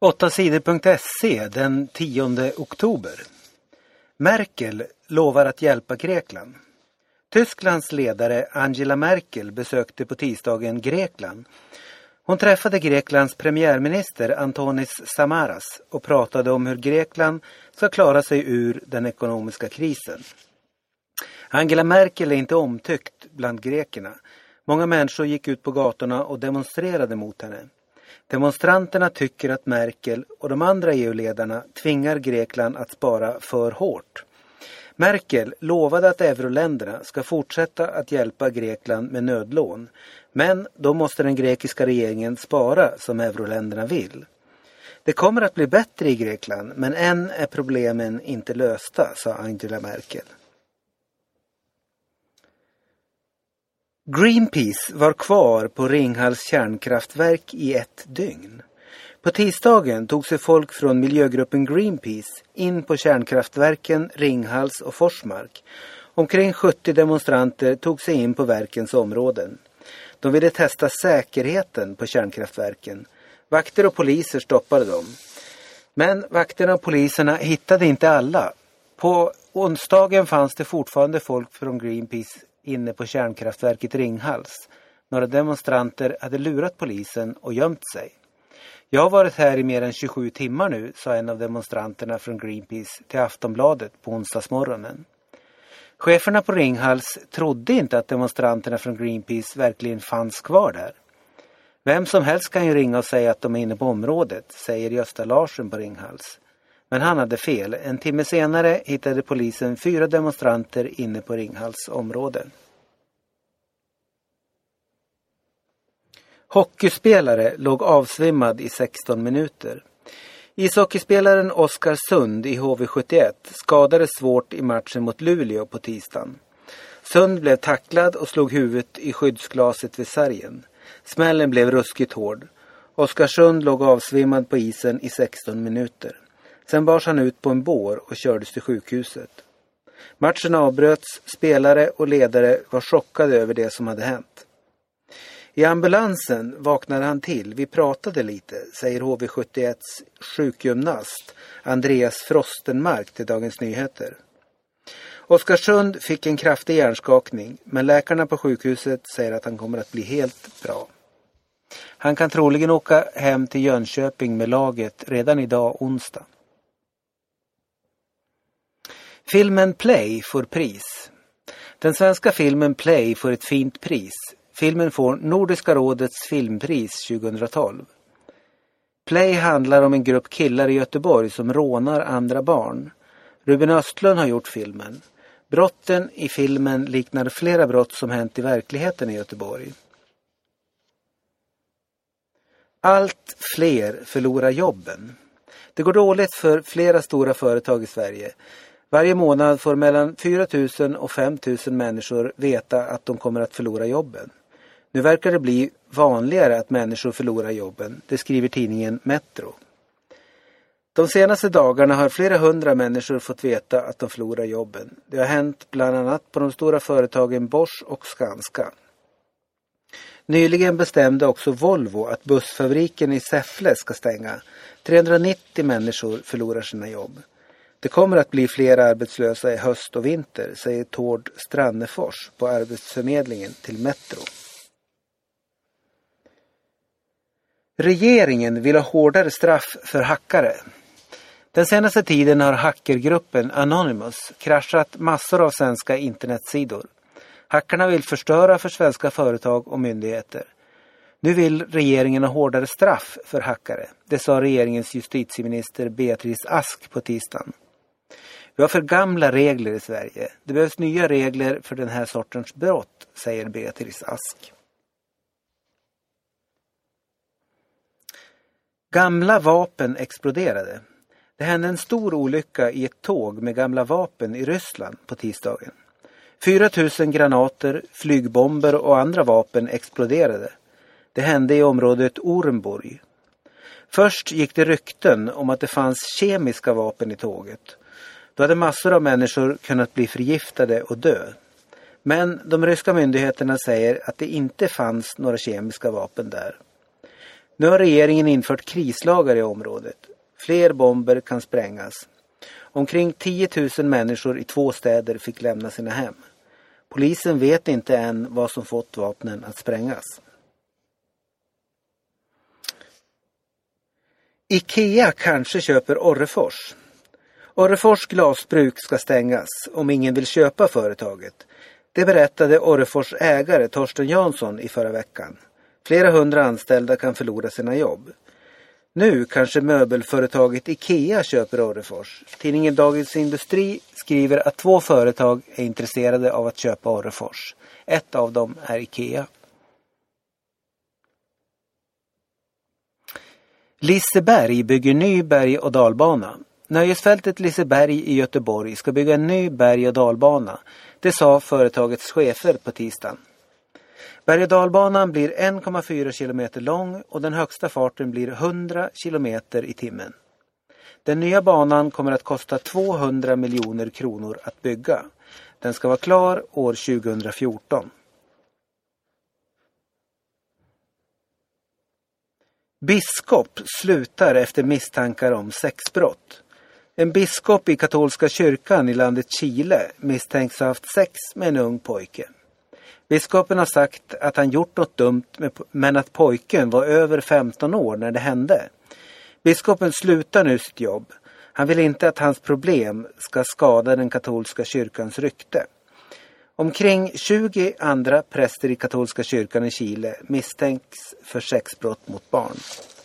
8sidor.se den 10 oktober. Merkel lovar att hjälpa Grekland. Tysklands ledare Angela Merkel besökte på tisdagen Grekland. Hon träffade Greklands premiärminister Antonis Samaras och pratade om hur Grekland ska klara sig ur den ekonomiska krisen. Angela Merkel är inte omtyckt bland grekerna. Många människor gick ut på gatorna och demonstrerade mot henne. Demonstranterna tycker att Merkel och de andra EU-ledarna tvingar Grekland att spara för hårt. Merkel lovade att euroländerna ska fortsätta att hjälpa Grekland med nödlån. Men då måste den grekiska regeringen spara som euroländerna vill. Det kommer att bli bättre i Grekland, men än är problemen inte lösta, sa Angela Merkel. Greenpeace var kvar på Ringhals kärnkraftverk i 1 dygn. På tisdagen tog sig folk från miljögruppen Greenpeace in på kärnkraftverken Ringhals och Forsmark. Omkring 70 demonstranter tog sig in på verkens områden. De ville testa säkerheten på kärnkraftverken. Vakter och poliser stoppade dem. Men vakterna och poliserna hittade inte alla. På onsdagen fanns det fortfarande folk från Greenpeace inne på kärnkraftverket Ringhals. Några demonstranter hade lurat polisen och gömt sig. Jag har varit här i mer än 27 timmar nu, sa en av demonstranterna från Greenpeace till Aftonbladet på onsdagsmorgonen. Cheferna på Ringhals trodde inte att demonstranterna från Greenpeace verkligen fanns kvar där. Vem som helst kan ju ringa och säga att de är inne på området, säger Gösta Larsen på Ringhals. Men han hade fel. En timme senare hittade polisen 4 demonstranter inne på Ringhals område. Hockeyspelare låg avsvimmad i 16 minuter. Ishockeyspelaren Oskar Sund i HV71 skadades svårt i matchen mot Luleå på tisdagen. Sund blev tacklad och slog huvudet i skyddsglaset vid sargen. Smällen blev ruskigt hård. Oskar Sund låg avsvimmad på isen i 16 minuter. Sen bars han ut på en bår och kördes till sjukhuset. Matchen avbröts, spelare och ledare var chockade över det som hade hänt. I ambulansen vaknade han till. Vi pratade lite, säger HV71s sjukgymnast Andreas Frostenmark till Dagens Nyheter. Oskarsund fick en kraftig hjärnskakning, men läkarna på sjukhuset säger att han kommer att bli helt bra. Han kan troligen åka hem till Jönköping med laget redan idag onsdag. Filmen Play får pris. Den svenska filmen Play får ett fint pris. Filmen får Nordiska rådets filmpris 2012. Play handlar om en grupp killar i Göteborg som rånar andra barn. Ruben Östlund har gjort filmen. Brotten i filmen liknar flera brott som hänt i verkligheten i Göteborg. Allt fler förlorar jobben. Det går dåligt för flera stora företag i Sverige. Varje månad får mellan 4 000 och 5 000 människor veta att de kommer att förlora jobben. Nu verkar det bli vanligare att människor förlorar jobben, det skriver tidningen Metro. De senaste dagarna har flera hundra människor fått veta att de förlorar jobben. Det har hänt bland annat på de stora företagen Bosch och Skanska. Nyligen bestämde också Volvo att bussfabriken i Säffle ska stänga. 390 människor förlorar sina jobb. Det kommer att bli fler arbetslösa i höst och vinter, säger Tord Strannefors på Arbetsförmedlingen till Metro. Regeringen vill ha hårdare straff för hackare. Den senaste tiden har hackergruppen Anonymous kraschat massor av svenska internetsidor. Hackarna vill förstöra för svenska företag och myndigheter. Nu vill regeringen ha hårdare straff för hackare. Det sa regeringens justitieminister Beatrice Ask på tisdagen. Vi har för gamla regler i Sverige. Det behövs nya regler för den här sortens brott, säger Beatrice Ask. Gamla vapen exploderade. Det hände en stor olycka i ett tåg med gamla vapen i Ryssland på tisdagen. 4 000 granater, flygbomber och andra vapen exploderade. Det hände i området Orenburg. Först gick det rykten om att det fanns kemiska vapen i tåget. Då hade massor av människor kunnat bli förgiftade och dö. Men de ryska myndigheterna säger att det inte fanns några kemiska vapen där. Nu har regeringen infört krislagar i området. Fler bomber kan sprängas. Omkring 10 000 människor i 2 städer fick lämna sina hem. Polisen vet inte än vad som fått vapnen att sprängas. IKEA kanske köper Orrefors. Orrefors glasbruk ska stängas om ingen vill köpa företaget. Det berättade Orrefors ägare Torsten Jansson i förra veckan. Flera 100 anställda kan förlora sina jobb. Nu kanske möbelföretaget IKEA köper Orrefors. Tidningen Dagens Industri skriver att 2 företag är intresserade av att köpa Orrefors. Ett av dem är IKEA. Liseberg bygger ny berg- och dalbana. Nöjesfältet Liseberg i Göteborg ska bygga en ny berg- och dalbana. Det sa företagets chefer på tisdagen. Berg- och dalbanan blir 1,4 kilometer lång och den högsta farten blir 100 kilometer i timmen. Den nya banan kommer att kosta 200 miljoner kronor att bygga. Den ska vara klar år 2014. Biskop slutar efter misstankar om sexbrott. En biskop i katolska kyrkan i landet Chile misstänks ha haft sex med en ung pojke. Biskopen har sagt att han gjort något dumt men att pojken var över 15 år när det hände. Biskopen slutar nu sitt jobb. Han vill inte att hans problem ska skada den katolska kyrkans rykte. Omkring 20 andra präster i katolska kyrkan i Chile misstänks för sexbrott mot barn.